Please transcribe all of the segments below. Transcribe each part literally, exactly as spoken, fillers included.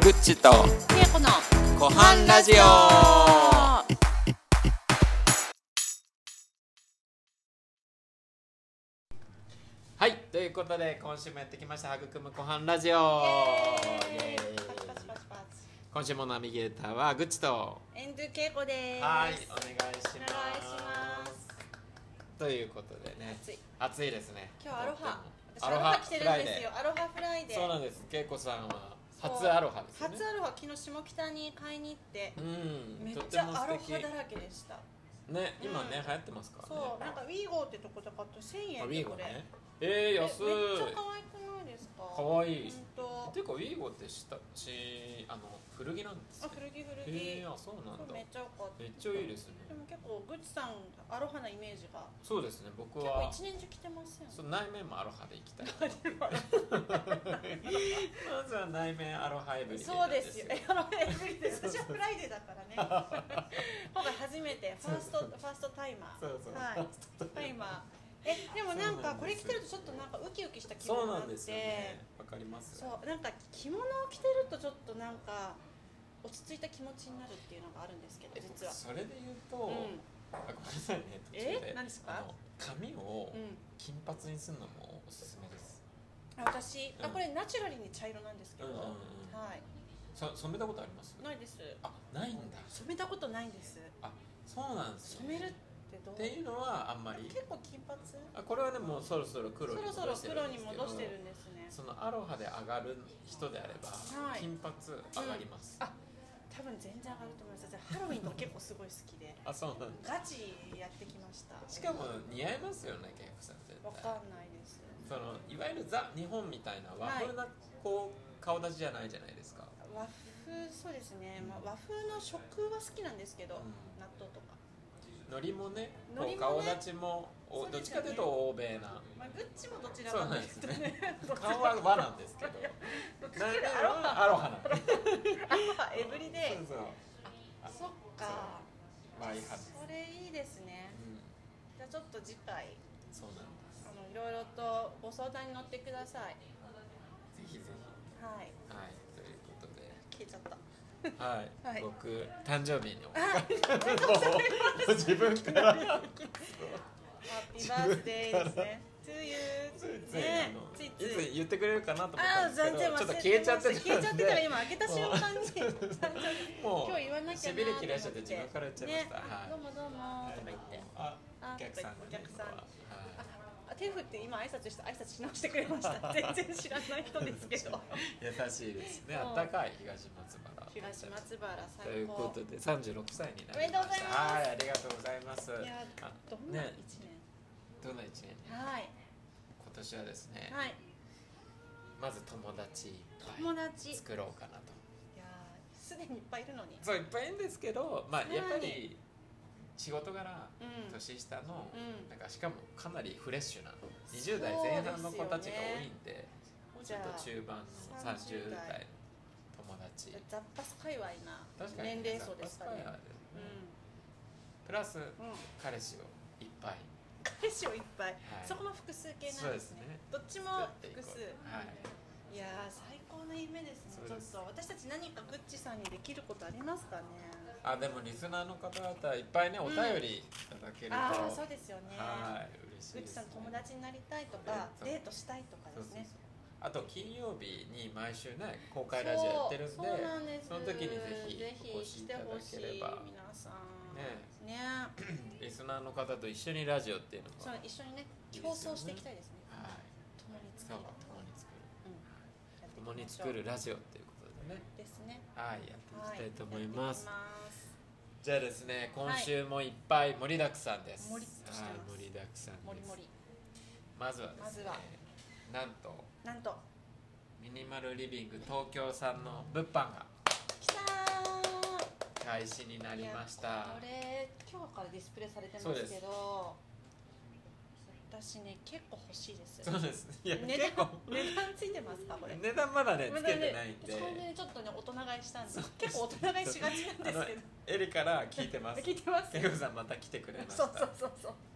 グッチとみやこのごはんラジオ。はい、ということで今週もやってきました育むごはんラジオ。イエーイ。 パチパチパチパチ。 今週もナビゲーターはグッチとエンドゥケイコです。 はい、お願いします。 お願いします。 ということでね、 暑い暑いですね。 今日アロハ。私アロハアロハ着てるんですよ。アロハフライデー。 そうなんです。けいこさんは初アロハですね。 初アロハ、昨日下北に買いに行って、 うん、 めっちゃアロハだらけでした。 ね、今ね、 うん、 流行ってますからね。 そう、なんかウィーゴーってとこで買ってせんえんでこれ。ね、 えー、安い。 めっちゃ可愛くないですか。 可愛い。 本当。 ていうかウィーゴーってしたし、あの古着なんですあ、古着古着。 えー、あ、そうなんだ。 めっちゃ良かった。 めっちゃいいですね。 でも結構グッチさんアロハなイメージが。 そうですね。僕は結構一年中着てますよね。 そう、内面もアロハでいきたい。まずは内面アロハエブリデイそうですよ。アロハエブリデイ。私はフライデーだからね。今回初めてファーストファーストタイマー。 そうそう。 はい。タイマー。え、でもなんかこれ着てるとちょっとなんかウキウキした気分になって。そうなんですよね。 わかります。 そう、なんか着物を着てるとちょっとなんか落ち着いた気持ちになるっていうのがあるんですけど、実は。 それで言うと、あ、ごめんなさいね。 え、何ですか？ 髪を金髪にするのもおすすめです。 私、あ、これナチュラルに茶色なんですけど、はい。 そ染めたことあります？ ないです。 あ、ないんだ。 染めたことないんです。 あ、そうなんです。 染めるってどう？ っていうのはあんまり。 結構金髪？ あ、これはね、もうそろそろ黒に戻してるんですけど。 そろそろ黒に戻してるんですね。 そのアロハで上がる人であれば、金髪上がります。 あ、多分全然上がると思います。ハロウィンと結構すごい好きで。 あ、そうなんガチやってきました。 しかも似合いますよね、ケイコさん。 わかんないです。 そのいわゆるザ日本みたいな和風なこう顔立ちじゃないじゃないですか。 和風、そうですね。まあ和風の食は好きなんですけど、納豆とか。 海苔もね、顔立ちもどっちかというと欧米な。 まあグッチもどちらかというとね。 顔は和なんですけど。 アロハ、 アロハなんで。 アロハエブリデイ。 そうそう。 そっか。 ワイハツ。 それいいですね。じゃあちょっと次回。 そうなんです。 あのいろいろとご相談に乗ってください。ぜひぜひ。 はい。 はい。ということで。 消えちゃった。 はい。僕誕生日に。 もう自分から。 ハッピーバースデーですね。To you。ね。ついつい言ってくれるかなと思ったんですけど、ちょっと消えちゃってたんで。 消えちゃってから今開けた瞬間にもう今日言わなきゃな。 しびれ切らしちゃって自分から言っちゃいました。 どうもどうもとか言って。 あ、お客さん。 お客さん。手振って今挨拶して挨拶し直してくれました。全然知らない人ですけど。 優しいですね。あったかい東松原。 東松原最高。 ということで三十六歳になりました。 おめでとうございます。 はい、ありがとうございます。 いや、どんな一年。 どんな一年。 はい。 今年はですね。 はい。 まず友達。 友達。 作ろうかなと。 いや、すでにいっぱいいるのに。 そういっぱいいるんですけど、まあやっぱり。仕事柄、年下の、なんかしかもかなりフレッシュなにじゅう代前半の子たちが多いんで、もうちょっと中盤のさんじゅう代の友達、 ザッパス界隈な年齢層ですかね。 プラス彼氏をいっぱい、 彼氏をいっぱい、そこも複数形なんですね。どっちも複数。いやー、最高の夢ですね。ちょっと私たち何かグッチさんにできることありますかね。 あ、でもリスナーの方々いっぱいね、お便りいただけると、 ああ、そうですよね。 はい、嬉しいですね。 グッチさん友達になりたいとかデートしたいとかですね。 あと金曜日に毎週ね公開ラジオやってるんで、その時にぜひお越しいただければ、 皆さんねね、 リスナーの方と一緒にラジオっていうのも、 そう一緒にね放送していきたいですね。 はい。 共に作る。 共に作る。共に作るラジオっていうことでね。 ですね。 はい、やっていきたいと思います。じゃあですね、今週もいっぱい盛りだくさんです。 盛りだくさん。 盛りだくさんです。 盛り盛り。 まずはですね、なんとなんとミニマルリビング東京さんの物販が来たー。 開始になりました。 これ今日からディスプレイされてますけど、私ね結構欲しいです。 そうです。いや値段値段ついてますかこれ？ 値段まだねつけてないんで。 それでちょっとね大人買いしたんです。結構大人買いしがちなんですけど。 エリから聞いてます。 聞いてます。 ケイコさんまた来てくれました。 そうそうそうそう。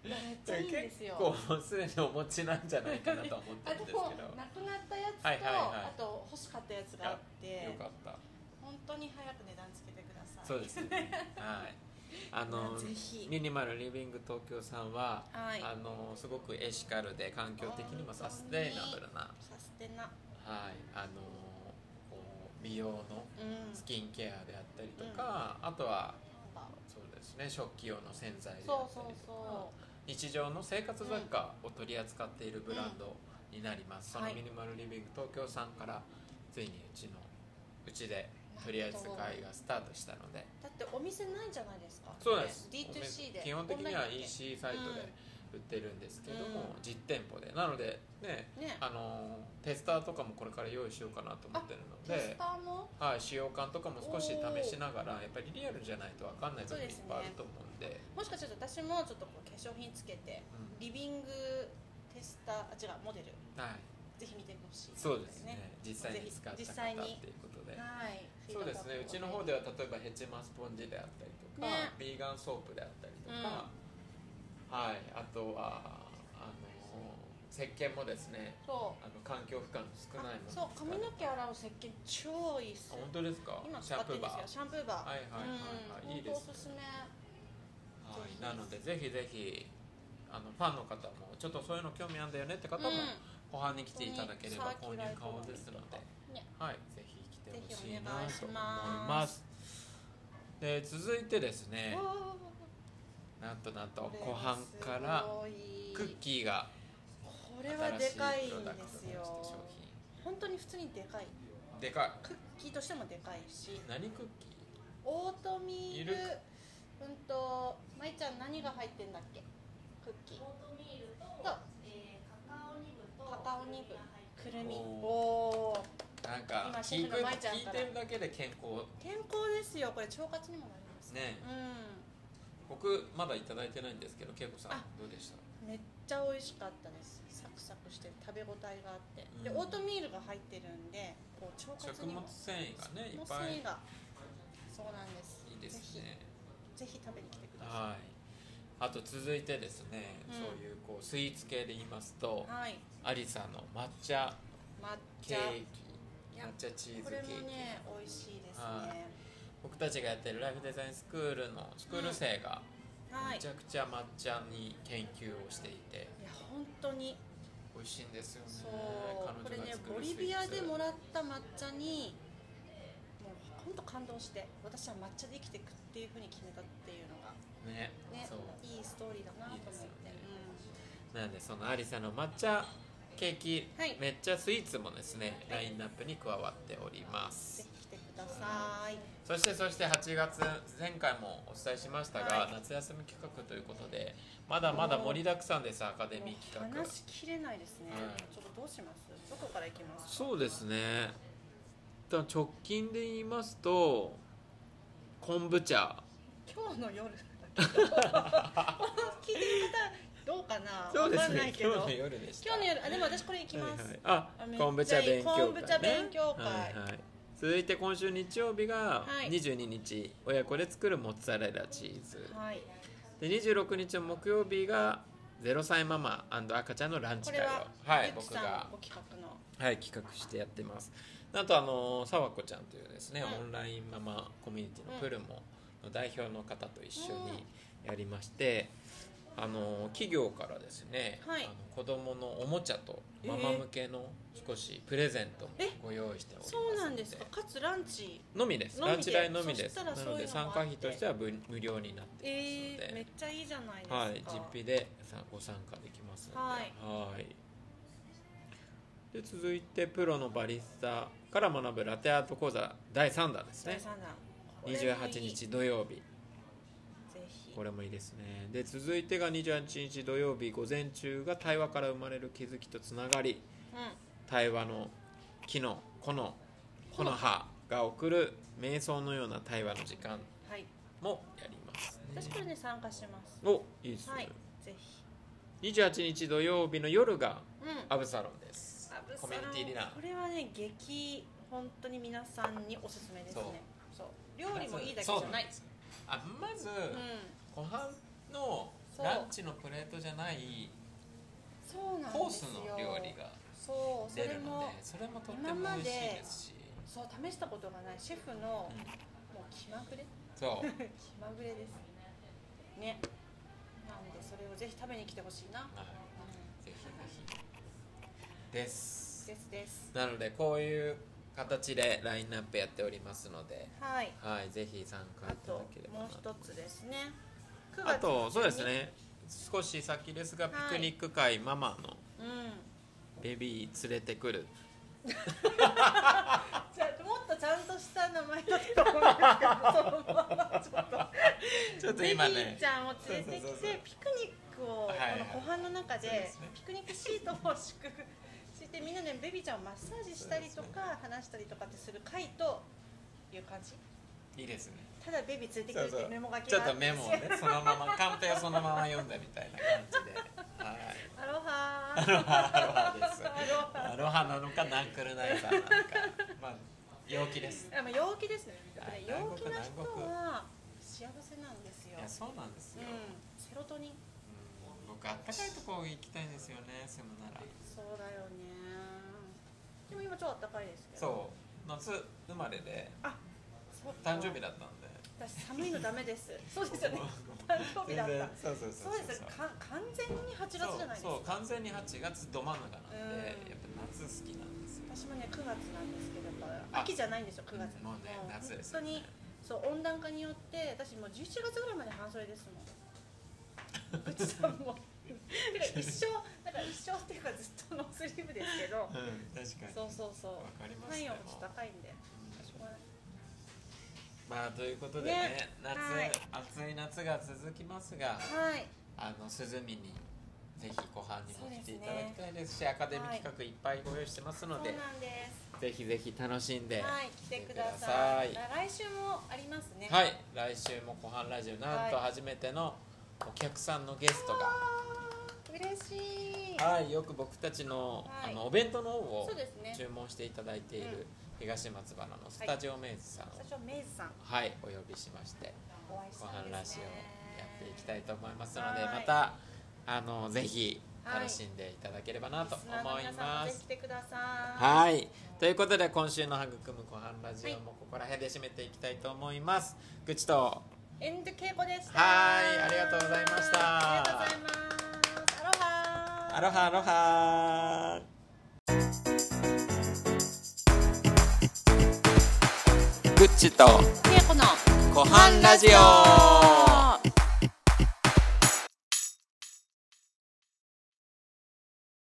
めっちゃいいんですよ。 結構すでにお持ちなんじゃないかなと思ってるんですけどなくなったやつと、 はいはいはい、 あと欲しかったやつがあって、 よかった。 本当に早く値段つけてください。 そうですねはいあのミニマルリビング東京さんは、はい、あのすごくエシカルで環境的にもサステイナブルなサステナ、 はい、あの美容のスキンケアであったりとか、うん、あとはそうですね、食器用の洗剤であったりとか、日常の生活雑貨を取り扱っているブランドになります、うん、そのミニマルリビング東京さんからついにうちのうちで取り扱いがスタートしたので、 だってお店ないじゃないですか。 そうですディーツーシー で基本的には イーシー サイトで売ってるんですけども、うん、実店舗でなので ね, ねあのテスターとかもこれから用意しようかなと思ってるので、 テスターも、 はい、使用感とかも少し試しながら、やっぱりリアルじゃないと分かんない部分いっぱいあると思うんで、 もしかしたら私もちょっとこう化粧品つけて、うん、リビングテスター、あ違うモデル、はい、ぜひ見てほしい、ね、 そうですね、実際に使った方っていうことで、はい、そうですね、うちの方では例えばヘチマスポンジであったりとか、ね、ビーガンソープであったりとか、うん、はい、あとはあの石鹸もですね、あの環境負荷の少ないもの、 そう、髪の毛洗う石鹸超いいっす。 本当ですか？ 今使ってるんですよ、シャンプーバー。 はいはいはいはい、いいですね。 おすすめ。 はい、なのでぜひぜひあのファンの方もちょっとそういうの興味あるんだよねって方も、後半に来ていただければ購入可能ですので、はい、ぜひ来てほしいなと思います。で続いてですね、なんとなんと後半からクッキーがこれはでかいんですよ。本当に普通にでかい。 でかい。 クッキーとしてもでかいし。 何クッキー？ オートミール。うんと、まいちゃん何が入ってんだっけ？クッキー。オートミールと、えー、カカオニブとカカオニブ、くるみ。おお。 なんか聞いてるだけで健康。 健康ですよ。これ腸活にもなりますね。うん。僕まだいただいてないんですけど、けいこさんどうでした？ めっちゃ美味しかったです。サクサクして食べ応えがあって、うん、でオートミールが入ってるんで、こう腸活にも食物繊維がねいっぱい。 がそうなんです。 いいですね。 ぜひ食べに来てください。はい。 あと続いてですね、うん、そういうこうスイーツ系で言いますと、はい、アリサの抹茶ケーキ、抹茶チーズケーキ。 これもね美味しいですね。 僕たちがやってるライフデザインスクールのスクール生が、うん、めちゃくちゃ抹茶に研究をしていて、 いや本当に美味しいんですよね。 そうこれねボリビアでもらった抹茶にもう本当感動して、私は抹茶で生きていくっていうふうに決めたっていうのがね、ね、そういいストーリーだなと思って。いいですよね。 うん、なんでそのアリサの抹茶ケーキ、はい、めっちゃスイーツもですね、はい、ラインナップに加わっております。 ぜひ来てください。 そしてそしてはちがつ、前回もお伝えしましたが、はい、夏休み企画ということでまだまだ盛りだくさんです。アカデミー企画話しきれないですね。はい、ちょっとどうします？どこから行きますか？ そうですね、直近で言いますと昆布茶、 今日の夜聞いてる方どうかな。 そうですね、今日の夜でした。 今日の夜、あでも私これ行きます。はいはい、 あ、昆布茶勉強会、ね、 昆布茶勉強会、 はいはい、続いて今週日曜日がにじゅうににち、はい、親子で作るモッツァレラチーズ、はい、でにじゅうろくにちの木曜日がゼロさいママ&赤ちゃんのランチ会を、はい、僕がご企画の、 はい、企画してやってます。あとあのさわこちゃんというですね、うん、オンラインママコミュニティのプルモの代表の方と一緒にやりまして、うん、あの企業からですね、はい、あの子供のおもちゃとママ向けの少しプレゼントもご用意しておりますので。 そうなんですか。かつランチのみです。ランチ代のみです。なので参加費としては無料になっていますので、 えー、めっちゃいいじゃないですか。 はい、実費でご参加できますので、はい、はい。で続いてプロのバリスタから学ぶラテアート講座だいさんだんですね。にじゅうはちにち土曜日、ぜひこれもいいですね。で続いてがにじゅうはちにち土曜日午前中が対話から生まれる気づきとつながり、うん、対話の木のこのこの葉が送る瞑想のような対話の時間もやりますね。 私これね参加します。 お、いいですね、はい、 ぜひ。 にじゅうはちにち土曜日の夜がアブサロンです、 うん、 コミュニティディナー。 これはね激本当に皆さんにおすすめですね。そう料理もいいだけじゃない。 あまず、うん、後半のランチのプレートじゃないコースの料理が出るので、それもとっても美味しいですし、 そう試したことがないシェフの、うん、もう気まぐれそう気まぐれですね。なんでそれをぜひ食べに来てほしいな、はい、 うん、ぜひぜひですですですなのでこういう形でラインナップやっておりますので、 はい、 はい、ぜひ参加いただければなと。もう一つですね、 あとそうですね、少し先ですが、ピクニック会ママのベビー連れてくる、 じゃあもっとちゃんとした名前だと思うんですけど、そのままちょっとちょっと今ね、 ベビーちゃんを連れてきてピクニックをこの湖畔の中でピクニックシートを敷くしてみんなでベビーちゃんをマッサージしたりとか話したりとかってする会という感じ。 いいですね。 ただベビー連れてくるってメモ書きがあって、ちょっとメモをね、そのままカンペをそのまま読んだみたいな感じで、はい、 アロハーアロハアロハです。アロハなのかナンクルナイザーなのか、まあ陽気です。 まあ陽気ですね。陽気な人は幸せなんですよ。 いやそうなんですよ。 うん、セロトニン。うん、 僕あったかいところ行きたいんですよね、住むなら。 そうだよね。でも今超あったかいですけど。 そう夏生まれで。あ、誕生日だったんで。 私寒いのダメです。そうですよね。誕生日だった。 そうそうそうそう。 そうです。か完全にはちがつじゃないですか。 そう、完全にはちがつど真ん中なんで、やっぱ夏好きなんですよ。 私もねくがつなんですけど、やっぱ秋じゃないんですよくがつ。 もうね夏です。 本当にそう温暖化によって私もうじゅういちがつぐらいまで半袖ですもん。うちさんも。一生なんか一生っていうかずっとノースリーブですけど。 うん、確かに。 そうそうそう。 わかりますね。 太陽もちょっと高いんで。 まあということでね、ね夏、はい、暑い夏が続きますが、 はい、 あの涼みにぜひ湖畔にも来ていただきたいですし、アカデミー企画いっぱいご用意してますので、 そうなんです。 ぜひぜひ楽しんで、 はい、来てください。来週もありますね。 はい、来週も湖畔ラジオなんと初めてのお客さんのゲストが、 嬉しい。 はい、よく僕たちの、はい、あのお弁当の方を注文していただいている、うん、東松原のスタジオメイズさんを、 スタジオメイズさん、 はい、お呼びしまして湖畔ラジオをやっていきたいと思いますので、またあのぜひ楽しんでいただければなと思います。 ぜひ来てください。 はい、ということで今週の育む湖畔ラジオもここら辺で締めていきたいと思います。ぐちとエンド恵子でした。 はい、ありがとうございました。 ありがとうございます。アロハアロハアロハ。グッチと恵子の湖畔ラジオ。